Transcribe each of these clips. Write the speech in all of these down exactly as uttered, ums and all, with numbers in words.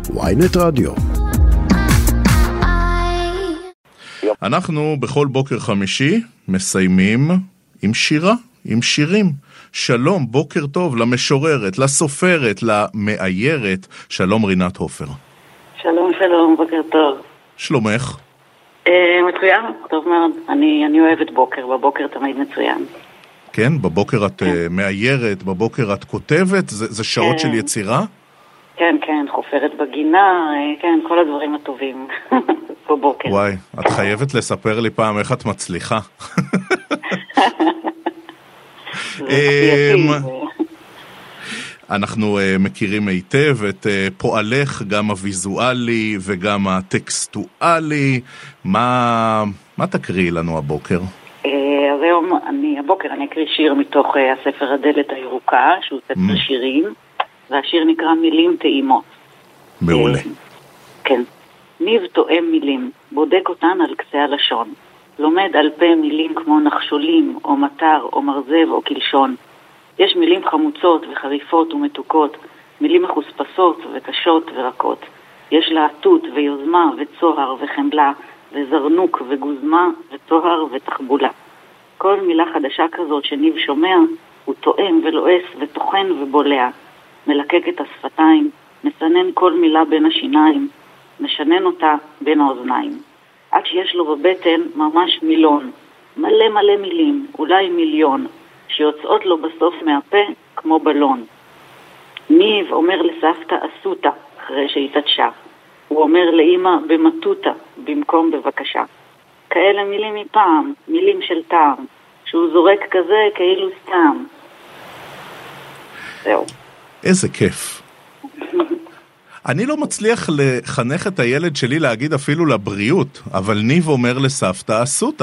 וויינט רדיו. אנחנו בכל בוקר חמישי מסיימים עם שירה, עם שירים. שלום, בוקר טוב למשוררת, לסופרת, למאיירת. שלום רינת הופר. שלום, שלום, בוקר טוב. שלומך? אה, מצוין, טוב מאוד. אני, אני אוהבת בוקר, בבוקר תמיד מצוין. כן, בבוקר את כן. uh, מאיירת, בבוקר את כותבת, זה, זה שעות כן. של יצירה? כן, כן, חופרת בגינה, כן, כל הדברים הטובים בבוקר. וואי, את חייבת לספר לי פעם איך את מצליחה. אנחנו uh, מכירים היטב את uh, פועלך, גם הוויזואלי וגם הטקסטואלי. מה, מה תקריאי לנו הבוקר? Uh, אז היום, אני, הבוקר אני אקריא שיר מתוך uh, הספר הדלת הירוקה, שהוא ספר mm. שירים, והשיר נקרא מילים טעימות. מעולה. Uh, כן. ניב תואם מילים, בודק אותן על קצה הלשון. לומד על פה מילים כמו נחשולים, או מטר, או מרזב, או קלשון. יש מילים חמוצות וחריפות ומתוקות, מילים מחוספסות וקשות ורקות. יש להטות ויוזמה וצוהר וחמלה, וזרנוק וגוזמה וצוהר ותחבולה. כל מילה חדשה כזאת שניב שומע, הוא טועם ולועס וטוחן ובולע. מלקק את השפתיים, מסנן כל מילה בין השיניים, משנן אותה בין האוזניים. עד שיש לו בבטן ממש מילון, מלא מלא מילים, אולי מיליון, שיוצאות לו בסוף מהפה כמו בלון. ניב אומר לסבתא אסותה אחרי שהתעטשה. הוא אומר לאמא במטוטה במקום בבקשה. כאלה מילים מפעם, מילים של טעם, שהוא זורק כזה כאילו סתם. זהו. איזה כיף. אני לא מצליח לחנך את הילד שלי להגיד אפילו לבריאות, אבל ניב אומר לסבתא אסותה.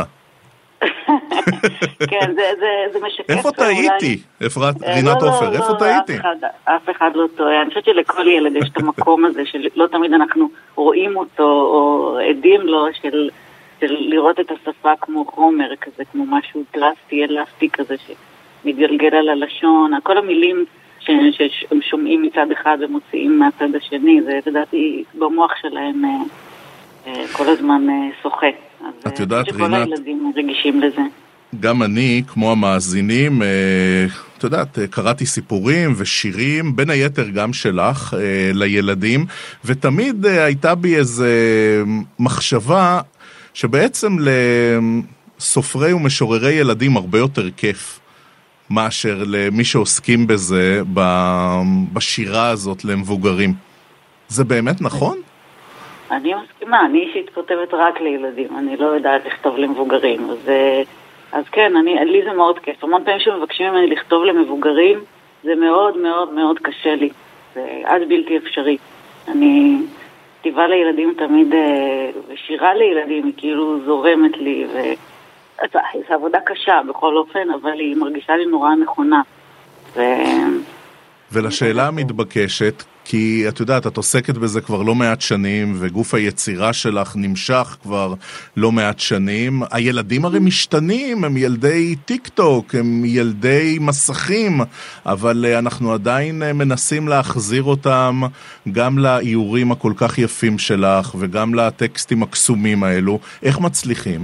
כן, זה, זה, זה משקף. איפה טעיתי? אפרת, רינת עופר, איפה טעיתי? אף אחד לא טועה. אני חושבת שלכל ילד יש את המקום הזה, שלא תמיד אנחנו רואים אותו, או עדים לו, של לראות את השפה כמו חומר כזה, כמו משהו פלסטי, אלסטי כזה, שמתגלגל על הלשון. כל המילים שהם שומעים מצד אחד ומוציאים מהצד השני, זה לדעתי במוח שלהם כל הזמן שוחה. את יודעת, רינת, שכל הילדים רגישים לזה. גם אני, כמו המאזינים, את יודעת, קראתי סיפורים ושירים, בין היתר גם שלך, לילדים, ותמיד הייתה בי איזו מחשבה שבעצם לסופרי ומשוררי ילדים הרבה יותר כיף מאשר למי שעוסקים בזה בשירה הזאת למבוגרים. זה באמת נכון? אני מסכימה, אני אישית כותבת רק לילדים, אני לא יודעת לכתוב למבוגרים, אז, אז כן, אני, לי זה מאוד כיף. המון פעמים שמבקשים ממני לכתוב למבוגרים, זה מאוד מאוד מאוד קשה לי, זה עד בלתי אפשרי. אני כתיבה לילדים תמיד, ושירה לילדים היא כאילו זורמת לי, ו... זו עבודה קשה בכל אופן, אבל היא מרגישה לי נורא נכונה. ו... ולשאלה המתבקשת, כי את יודעת, את עוסקת בזה כבר לא מעט שנים, וגוף היצירה שלך נמשך כבר לא מעט שנים. הילדים הרי משתנים, הם ילדי טיק טוק, הם ילדי מסכים, אבל אנחנו עדיין מנסים להחזיר אותם גם לאיורים הכל כך יפים שלך, וגם לטקסטים הקסומים האלו. איך מצליחים?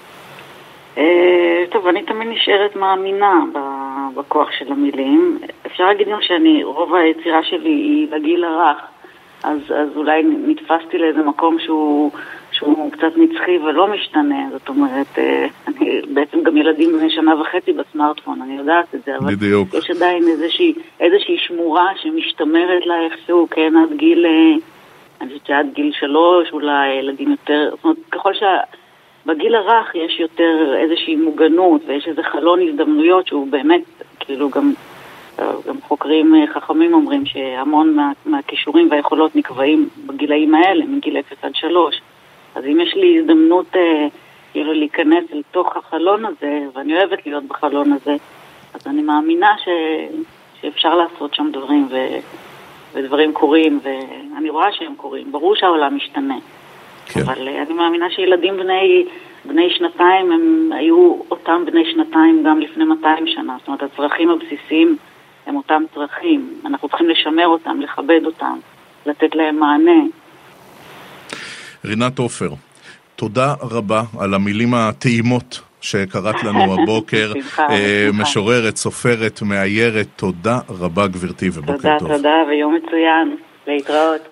טוב, אני תמיד נשארת מאמינה בכוח של המילים. אפשר להגיד גם שאני, רוב היצירה שלי היא לגיל הרך, אז, אז אולי נתפסתי לאיזה מקום שהוא, שהוא קצת נצחי ולא משתנה. זאת אומרת, אני, בעצם גם ילדים בני שנה וחצי בסמארטפון, אני יודעת את זה, אבל בדיוק. יש עדיין איזושהי, איזושהי שמורה שמשתמרת לה איכשהו, כן, עד גיל, אני חושבת שעד גיל שלוש, אולי ילדים יותר, זאת אומרת, ככל שה... בגיל הרך יש יותר איזושהי מוגנות ויש איזה חלון הזדמנויות שהוא באמת, כאילו גם, גם חוקרים חכמים אומרים שהמון מה, מהכישורים והיכולות נקבעים בגילאים האלה, מגיל אפס עד שלוש. אז אם יש לי הזדמנות כאילו להיכנס לתוך החלון הזה, ואני אוהבת להיות בחלון הזה, אז אני מאמינה ש, שאפשר לעשות שם דברים ו, ודברים קורים, ואני רואה שהם קורים. ברור שהעולם משתנה. כן. אבל אני מאמינה שילדים בני, בני שנתיים הם היו אותם בני שנתיים גם לפני מאתיים שנה. זאת אומרת, הצרכים הבסיסיים הם אותם צרכים. אנחנו צריכים לשמר אותם, לכבד אותם. לתת להם מענה. רינת עופר, תודה רבה על המילים הטעימות שקראת לנו הבוקר. משוררת, סופרת, מאיירת, תודה רבה גברתי ובוקר טוב. תודה, תודה ויום מצוין. להתראות.